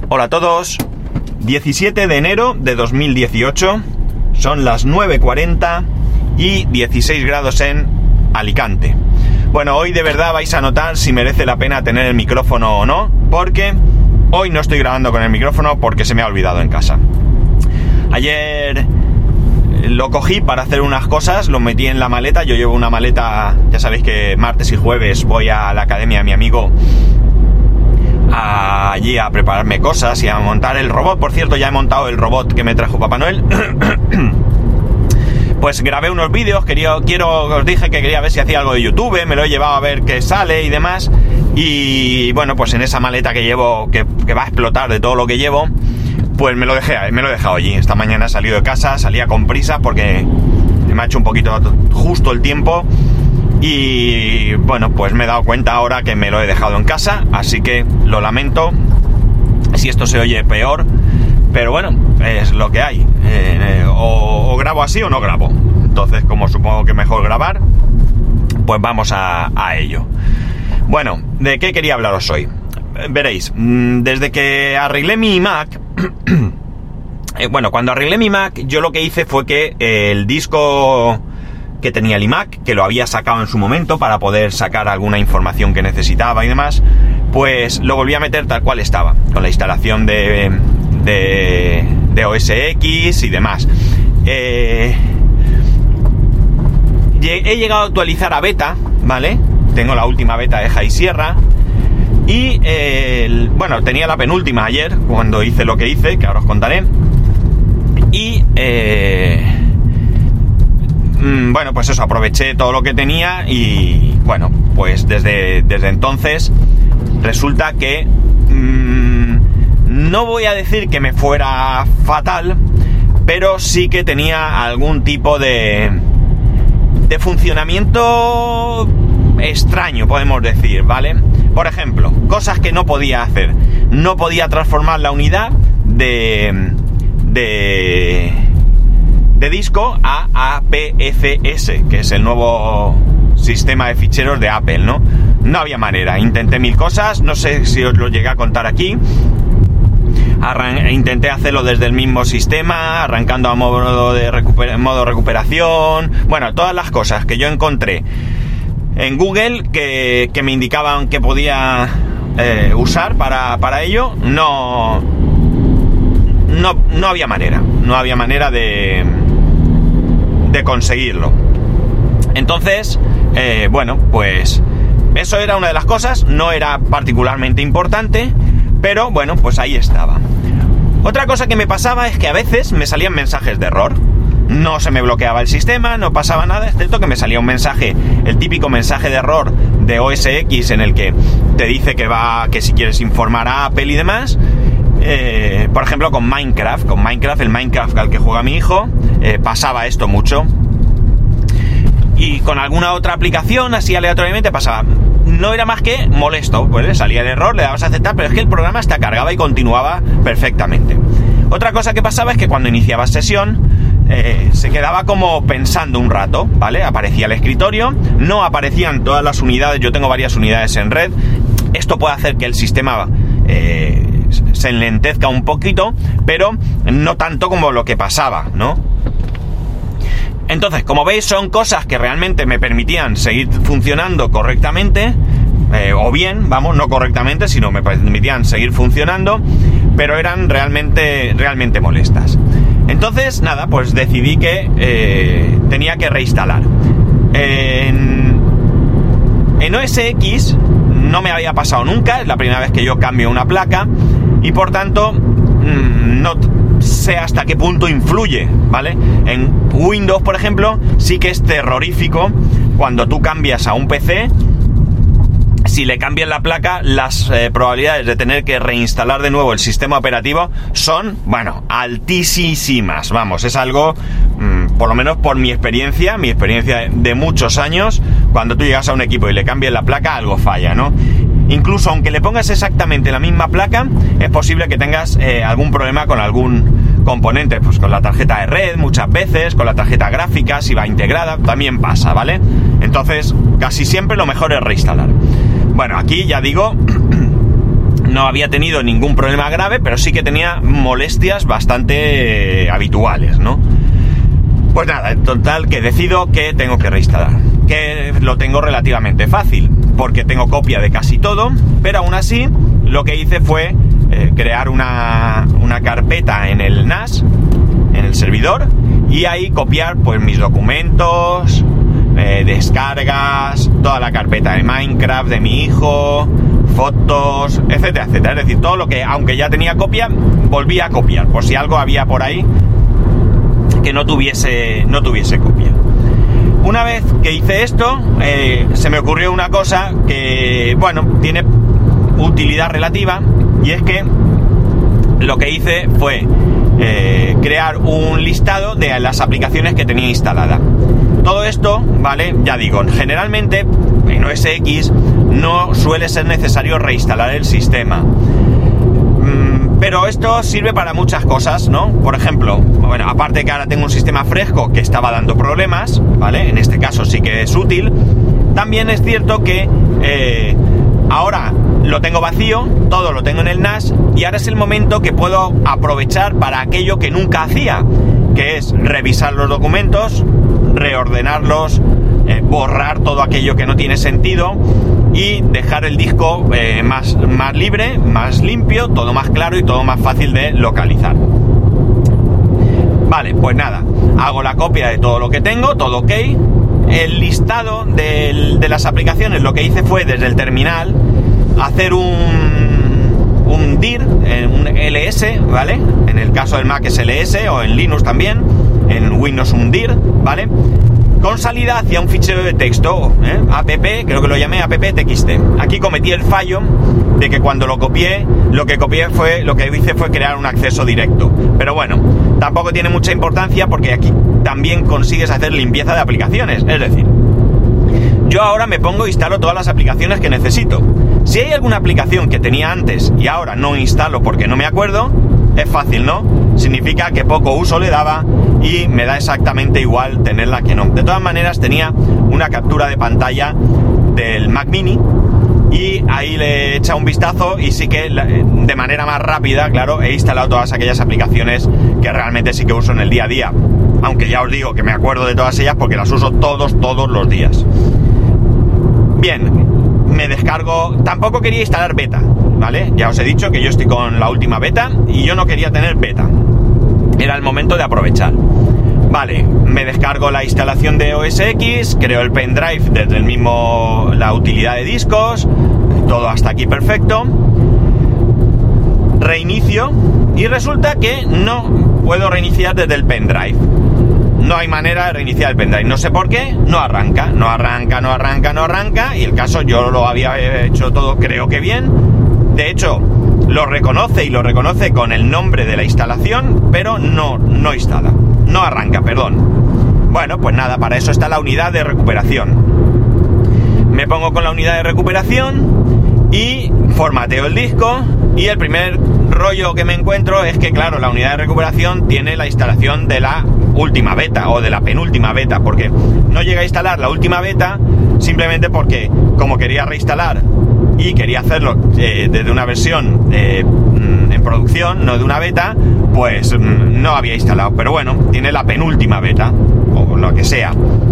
Hola a todos, 17 de enero de 2018, son las 9:40 y 16 grados en Alicante. Bueno, hoy de verdad vais a notar si merece la pena tener el micrófono o no, porque hoy no estoy grabando con el micrófono porque se me ha olvidado en casa. Ayer lo cogí para hacer unas cosas, lo metí en la maleta. Yo llevo una maleta, ya sabéis que martes y jueves voy a la academia de mi amigo allí a prepararme cosas y a montar el robot. Por cierto, ya he montado el robot que me trajo Papá Noel. Pues grabé unos vídeos, os dije que quería ver si hacía algo de YouTube, me lo he llevado a ver qué sale y demás. Y bueno, pues en esa maleta que llevo, que va a explotar de todo lo que llevo, pues me lo he dejado allí. Esta mañana he salido de casa, salía con prisa porque me ha hecho un poquito justo el tiempo. Y bueno, pues me he dado cuenta ahora que me lo he dejado en casa, así que lo lamento si esto se oye peor, pero bueno, es lo que hay. O grabo así o no grabo. Entonces, como supongo que mejor grabar, pues vamos a ello. Bueno, ¿de qué quería hablaros hoy? Veréis, desde que arreglé mi Mac, cuando arreglé mi Mac, yo lo que hice fue que el disco que tenía el iMac, que lo había sacado en su momento para poder sacar alguna información que necesitaba y demás, pues lo volví a meter tal cual estaba, con la instalación de OS X y demás. He llegado a actualizar a beta, ¿vale? Tengo la última beta de High Sierra. Y, tenía la penúltima ayer, cuando hice lo que hice, que ahora os contaré. Y, pues eso, aproveché todo lo que tenía y, bueno, pues desde entonces resulta que no voy a decir que me fuera fatal, pero sí que tenía algún tipo de funcionamiento extraño, podemos decir, ¿vale? Por ejemplo, cosas que no podía hacer. No podía transformar la unidad de disco a APFS, que es el nuevo sistema de ficheros de Apple, ¿no? No había manera. Intenté mil cosas, no sé si os lo llegué a contar aquí. Intenté hacerlo desde el mismo sistema, arrancando a modo recuperación. Bueno, todas las cosas que yo encontré en Google que me indicaban que podía usar para ello, no había manera. No había manera de conseguirlo. Entonces, pues eso era una de las cosas. No era particularmente importante, pero bueno, pues ahí estaba. Otra cosa que me pasaba es que a veces me salían mensajes de error. No se me bloqueaba el sistema, no pasaba nada, excepto que me salía un mensaje, el típico mensaje de error de OS X en el que te dice que si quieres informar a Apple y demás. Por ejemplo, con Minecraft, el Minecraft al que juega mi hijo, pasaba esto mucho. Y con alguna otra aplicación, así aleatoriamente, pasaba. No era más que molesto, pues salía el error, le dabas a aceptar, pero es que el programa hasta cargaba y continuaba perfectamente. Otra cosa que pasaba es que cuando iniciabas sesión, se quedaba como pensando un rato, ¿vale? Aparecía el escritorio, no aparecían todas las unidades, yo tengo varias unidades en red. Esto puede hacer que el sistema se enlentezca un poquito, pero no tanto como lo que pasaba, ¿no? Entonces, como veis, son cosas que realmente me permitían seguir funcionando correctamente, o bien, no correctamente, sino me permitían seguir funcionando, pero eran realmente molestas. Entonces, nada, pues decidí que tenía que reinstalar. En OS X no me había pasado nunca, es la primera vez que yo cambio una placa, y por tanto no sé hasta qué punto influye, ¿vale? En Windows, por ejemplo, sí que es terrorífico cuando tú cambias a un PC. Si le cambias la placa, las probabilidades de tener que reinstalar de nuevo el sistema operativo son, altísimas. Es algo, por lo menos por mi experiencia de muchos años, cuando tú llegas a un equipo y le cambias la placa, algo falla, ¿no? Incluso aunque le pongas exactamente la misma placa, es posible que tengas algún problema con algún componente, pues con la tarjeta de red muchas veces, con la tarjeta gráfica, si va integrada, también pasa, ¿vale? Entonces, casi siempre lo mejor es reinstalar. Bueno, aquí ya digo, no había tenido ningún problema grave, pero sí que tenía molestias bastante habituales, ¿no? Pues nada, en total que decido que tengo que reinstalar, que lo tengo relativamente fácil, porque tengo copia de casi todo, pero aún así lo que hice fue crear una carpeta en el NAS, en el servidor, y ahí copiar pues mis documentos, descargas, toda la carpeta de Minecraft de mi hijo, fotos, etcétera, etcétera. Es decir, todo lo que, aunque ya tenía copia, volví a copiar, por si algo había por ahí que no tuviese copia. Una vez que hice esto, se me ocurrió una cosa que, bueno, tiene utilidad relativa, y es que lo que hice fue crear un listado de las aplicaciones que tenía instalada. Todo esto, ¿vale? Ya digo, generalmente en OS X no suele ser necesario reinstalar el sistema. Pero esto sirve para muchas cosas, ¿no? Por ejemplo, bueno, aparte que ahora tengo un sistema fresco que estaba dando problemas, ¿vale? En este caso sí que es útil. También es cierto que ahora lo tengo vacío, todo lo tengo en el NAS, y ahora es el momento que puedo aprovechar para aquello que nunca hacía, que es revisar los documentos, reordenarlos, borrar todo aquello que no tiene sentido y dejar el disco más libre, más limpio, todo más claro y todo más fácil de localizar. Vale, pues nada, hago la copia de todo lo que tengo, todo ok. El listado de las aplicaciones, lo que hice fue desde el terminal hacer un dir, un ls, ¿vale? En el caso del Mac es ls, o en Linux también, en Windows un dir, ¿vale? Con salida hacia un fichero de texto, app, creo que lo llamé app.txt. Aquí cometí el fallo de que cuando lo que hice fue crear un acceso directo. Pero bueno, tampoco tiene mucha importancia porque aquí también consigues hacer limpieza de aplicaciones. Es decir, yo ahora me pongo e instalo todas las aplicaciones que necesito. Si hay alguna aplicación que tenía antes y ahora no instalo porque no me acuerdo, es fácil, ¿no? Significa que poco uso le daba y me da exactamente igual tenerla que no. De todas maneras, tenía una captura de pantalla del Mac Mini y ahí le he echado un vistazo y sí que de manera más rápida, claro, he instalado todas aquellas aplicaciones que realmente sí que uso en el día a día. Aunque ya os digo que me acuerdo de todas ellas porque las uso todos los días. Bien, me descargo. Tampoco quería instalar beta, ¿vale? Ya os he dicho que yo estoy con la última beta y yo no quería tener beta. Era el momento de aprovechar. Vale, me descargo la instalación de OS X, creo el pendrive desde la utilidad de discos, todo hasta aquí perfecto. Reinicio y resulta que no puedo reiniciar desde el pendrive. No hay manera de reiniciar el pendrive, no sé por qué, no arranca, y el caso yo lo había hecho todo creo que bien. De hecho, lo reconoce con el nombre de la instalación, pero no instala, no arranca, perdón. Bueno, pues nada, para eso está la unidad de recuperación. Me pongo con la unidad de recuperación y formateo el disco, y el primer rollo que me encuentro es que, claro, la unidad de recuperación tiene la instalación de la última beta o de la penúltima beta, porque no llega a instalar la última beta simplemente porque, como quería reinstalar y quería hacerlo desde una versión en producción, no de una beta, pues no había instalado. Pero bueno, tiene la penúltima beta o lo que sea.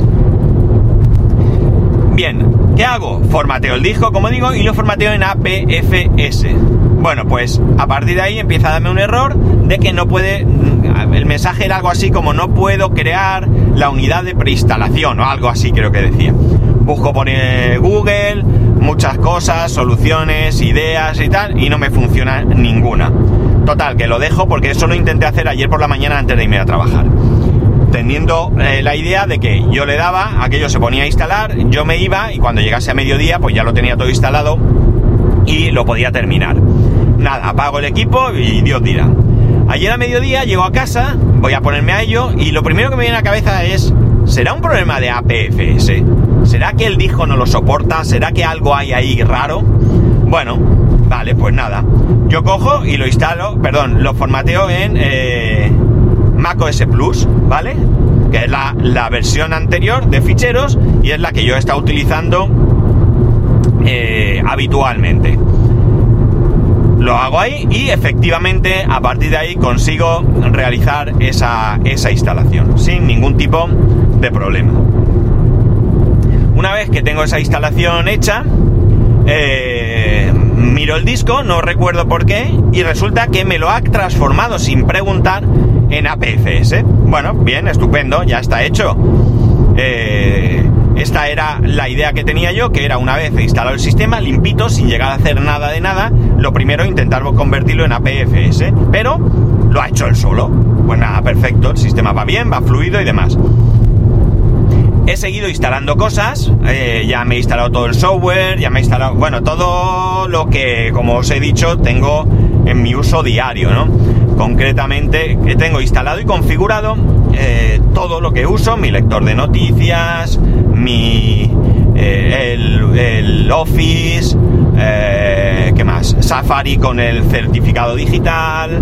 Bien, ¿qué hago? Formateo el disco, como digo, y lo formateo en APFS. Bueno, pues a partir de ahí empieza a darme un error de que no puede. El mensaje era algo así como: no puedo crear la unidad de preinstalación, o algo así creo que decía. Busco por Google muchas cosas, soluciones, ideas y tal, y no me funciona ninguna. Total, que lo dejo porque eso lo intenté hacer ayer por la mañana antes de irme a trabajar, teniendo la idea de que yo le daba, aquello se ponía a instalar, yo me iba y cuando llegase a mediodía pues ya lo tenía todo instalado y lo podía terminar. Nada, apago el equipo y Dios dirá. Ayer a mediodía llego a casa, voy a ponerme a ello y lo primero que me viene a la cabeza es: ¿será un problema de APFS? ¿Será que el disco no lo soporta? ¿Será que algo hay ahí raro? Bueno, vale, pues nada. Yo cojo y lo formateo en macOS Plus, ¿vale? Que es la versión anterior de ficheros y es la que yo he estado utilizando habitualmente. lo hago ahí y efectivamente a partir de ahí consigo realizar esa instalación sin ningún tipo de problema. Una vez que tengo esa instalación hecha, miro el disco, no recuerdo por qué, y resulta que me lo ha transformado sin preguntar en APFS. Bueno, bien, estupendo, ya está hecho. Esta era la idea que tenía yo, que era una vez instalado el sistema, limpito, sin llegar a hacer nada de nada, lo primero intentar convertirlo en APFS, pero lo ha hecho él solo. Pues nada, perfecto, el sistema va bien, va fluido y demás. He seguido instalando cosas, ya me he instalado todo el software, ya me he instalado, bueno, todo lo que, como os he dicho, tengo en mi uso diario, ¿no? Concretamente, que tengo instalado y configurado todo lo que uso, mi lector de noticias, el Office, ¿qué más? Safari con el certificado digital,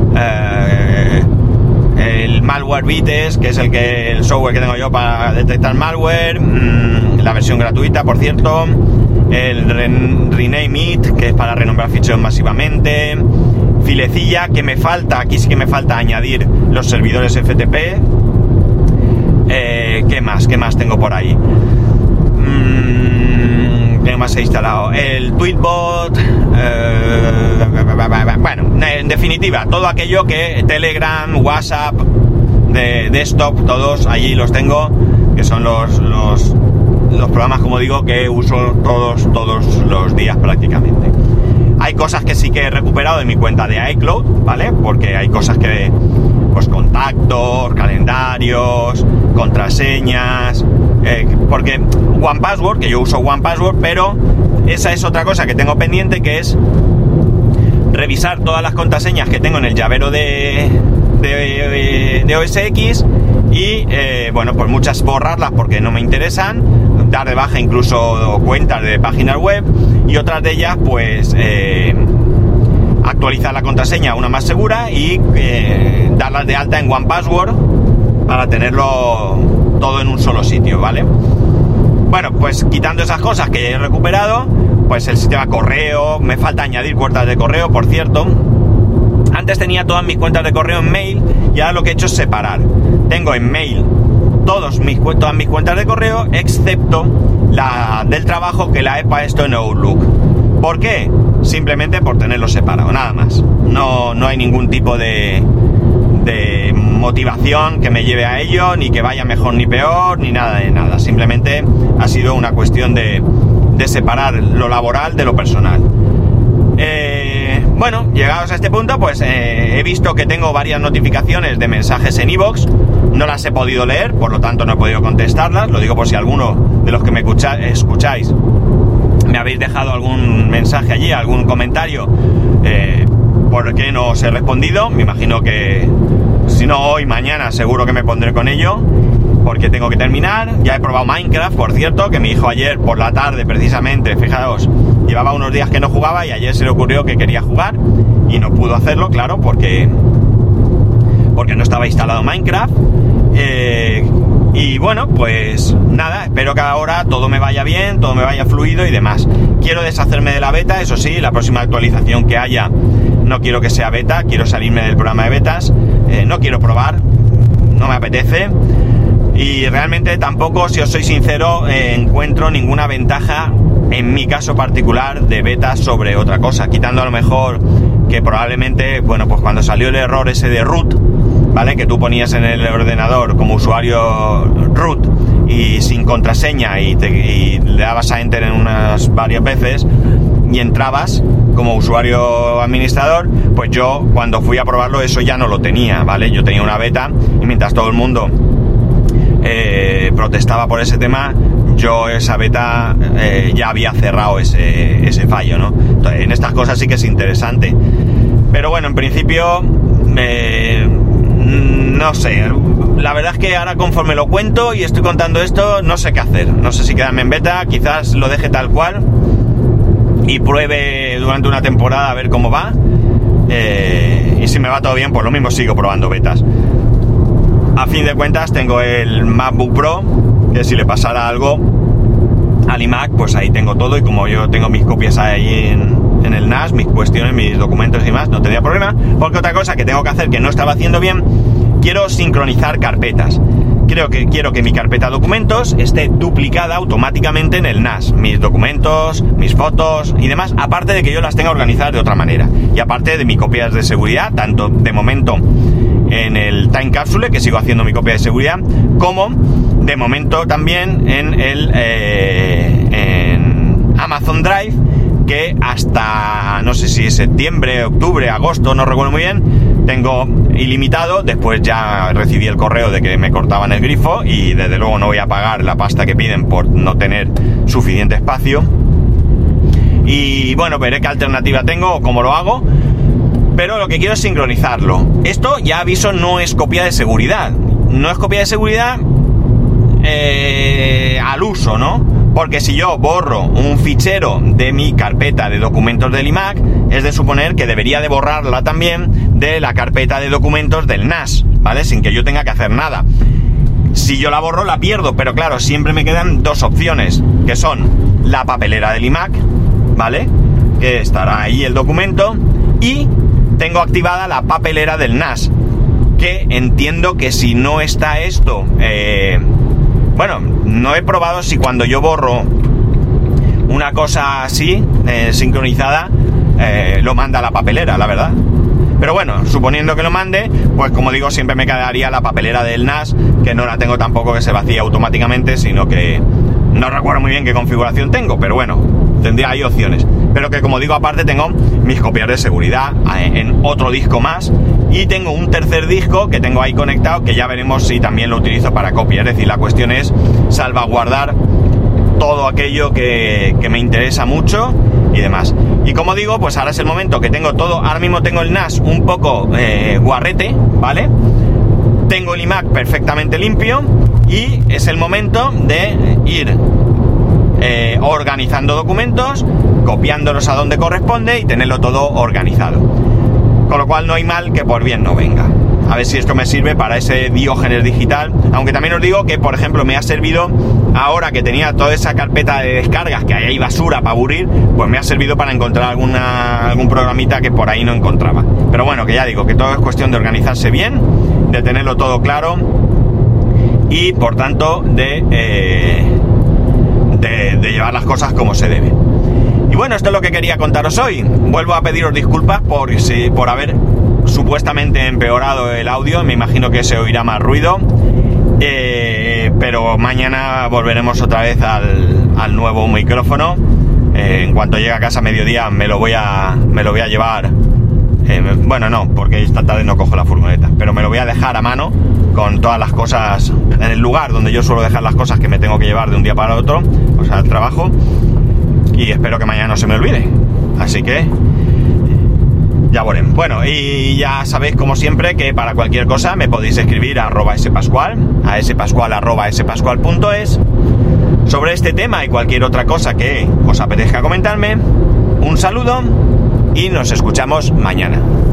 el Malware Vites, que es el software que tengo yo para detectar malware, la versión gratuita, por cierto, el Rename It, que es para renombrar ficheros masivamente, Filecilla, que me falta, aquí sí que me falta añadir los servidores FTP. ¿Qué más tengo por ahí? ¿Qué más he instalado? El Tweetbot, bueno, en definitiva, todo aquello que Telegram, WhatsApp, de desktop, todos allí los tengo, que son los programas, como digo, que uso todos los días prácticamente. Hay cosas que sí que he recuperado de mi cuenta de iCloud, ¿vale? Porque hay cosas que, pues contactos, calendarios, contraseñas, porque OnePassword, que yo uso OnePassword, pero esa es otra cosa que tengo pendiente, que es revisar todas las contraseñas que tengo en el llavero de OS X y, bueno, pues muchas borrarlas porque no me interesan, dar de baja incluso cuentas de páginas web y otras de ellas, pues, actualizar la contraseña a una más segura y darlas de alta en OnePassword para tenerlo todo en un solo sitio, ¿vale? Bueno, pues quitando esas cosas que he recuperado, pues el sistema correo, me falta añadir cuentas de correo, por cierto. Antes tenía todas mis cuentas de correo en mail y ahora lo que he hecho es separar. Tengo en mail todas mis cuentas de correo, excepto la del trabajo, que la he puesto en Outlook. ¿Por qué? Simplemente por tenerlo separado, nada más. No hay ningún tipo de motivación que me lleve a ello, ni que vaya mejor ni peor, ni nada de nada. Simplemente ha sido una cuestión de separar lo laboral de lo personal. Bueno, llegados a este punto, pues he visto que tengo varias notificaciones de mensajes en iVoox. No las he podido leer, por lo tanto no he podido contestarlas. Lo digo por si alguno de los que me escucháis me habéis dejado algún mensaje allí, algún comentario, por qué no os he respondido. Me imagino que si no hoy, mañana seguro que me pondré con ello, porque tengo que terminar. Ya he probado Minecraft, por cierto, que mi hijo ayer por la tarde, precisamente, fijaos, llevaba unos días que no jugaba y ayer se le ocurrió que quería jugar y no pudo hacerlo, claro, porque no estaba instalado Minecraft. Y bueno, pues nada, espero que ahora todo me vaya bien, todo me vaya fluido y demás. Quiero deshacerme de la beta, eso sí, la próxima actualización que haya no quiero que sea beta, quiero salirme del programa de betas, no quiero probar, no me apetece. Y realmente tampoco, si os soy sincero, encuentro ninguna ventaja en mi caso particular de beta sobre otra cosa, quitando a lo mejor que probablemente, bueno, pues cuando salió el error ese de root, ¿vale? Que tú ponías en el ordenador como usuario root y sin contraseña y le dabas a enter en unas varias veces y entrabas como usuario administrador, pues yo cuando fui a probarlo eso ya no lo tenía, ¿vale? Yo tenía una beta y mientras todo el mundo protestaba por ese tema, yo esa beta ya había cerrado ese fallo, ¿no? Entonces, en estas cosas sí que es interesante. Pero bueno, en principio no sé, la verdad es que ahora conforme lo cuento y estoy contando esto, no sé qué hacer. No sé si quedarme en beta, quizás lo deje tal cual y pruebe durante una temporada a ver cómo va. Y si me va todo bien, pues lo mismo sigo probando betas. A fin de cuentas tengo el MacBook Pro, que si le pasara algo al iMac, pues ahí tengo todo, y como yo tengo mis copias ahí en el NAS, mis cuestiones, mis documentos y más, no tendría problema, porque otra cosa que tengo que hacer que no estaba haciendo bien, quiero sincronizar carpetas. Quiero que mi carpeta documentos esté duplicada automáticamente en el NAS, mis documentos, mis fotos y demás, aparte de que yo las tenga organizadas de otra manera, y aparte de mis copias de seguridad, tanto de momento en el Time Capsule, que sigo haciendo mi copia de seguridad, como de momento también en en Amazon Drive, que hasta no sé si es septiembre, octubre, agosto, no recuerdo muy bien, tengo ilimitado. Después ya recibí el correo de que me cortaban el grifo y desde luego no voy a pagar la pasta que piden por no tener suficiente espacio. Y bueno, veré qué alternativa tengo o cómo lo hago, pero lo que quiero es sincronizarlo. Esto, ya aviso, no es copia de seguridad. No es copia de seguridad al uso, ¿no? Porque si yo borro un fichero de mi carpeta de documentos del iMac, es de suponer que debería de borrarla también de la carpeta de documentos del NAS, ¿vale? Sin que yo tenga que hacer nada. Si yo la borro, la pierdo, pero claro, siempre me quedan dos opciones, que son la papelera del iMac, ¿vale? Que estará ahí el documento, y tengo activada la papelera del NAS, que entiendo que si no está esto... bueno, no he probado si cuando yo borro una cosa así, sincronizada, lo manda a la papelera, la verdad. Pero bueno, suponiendo que lo mande, pues como digo, siempre me quedaría la papelera del NAS, que no la tengo tampoco que se vacía automáticamente, sino que no recuerdo muy bien qué configuración tengo, pero bueno, tendría ahí opciones. Pero que como digo, aparte tengo mis copias de seguridad en otro disco más, y tengo un tercer disco que tengo ahí conectado, que ya veremos si también lo utilizo para copia. Es decir, la cuestión es salvaguardar todo aquello que me interesa mucho y demás. Y como digo, pues ahora es el momento que tengo todo. Ahora mismo tengo el NAS un poco guarrete, ¿vale? Tengo el iMac perfectamente limpio y es el momento de ir organizando documentos, copiándolos a donde corresponde y tenerlo todo organizado. Con lo cual no hay mal que por bien no venga. A ver si esto me sirve para ese Diógenes digital. Aunque también os digo que, por ejemplo, me ha servido, ahora que tenía toda esa carpeta de descargas, que ahí hay basura para aburrir, pues me ha servido para encontrar algún programita que por ahí no encontraba. Pero bueno, que ya digo, que todo es cuestión de organizarse bien, de tenerlo todo claro y, por tanto, de llevar las cosas como se debe. Y bueno, esto es lo que quería contaros hoy. Vuelvo a pediros disculpas por haber supuestamente empeorado el audio. Me imagino que se oirá más ruido, pero mañana volveremos otra vez al nuevo micrófono. En cuanto llegue a casa a mediodía me lo voy a llevar. Bueno, no, porque esta tarde no cojo la furgoneta, pero me lo voy a dejar a mano con todas las cosas en el lugar donde yo suelo dejar las cosas que me tengo que llevar de un día para otro, o sea, al trabajo. Y espero que mañana no se me olvide. Así que ya veremos. Bueno, y ya sabéis, como siempre, que para cualquier cosa me podéis escribir a @spascual, a spascual@spascual.es, sobre este tema y cualquier otra cosa que os apetezca comentarme. Un saludo y nos escuchamos mañana.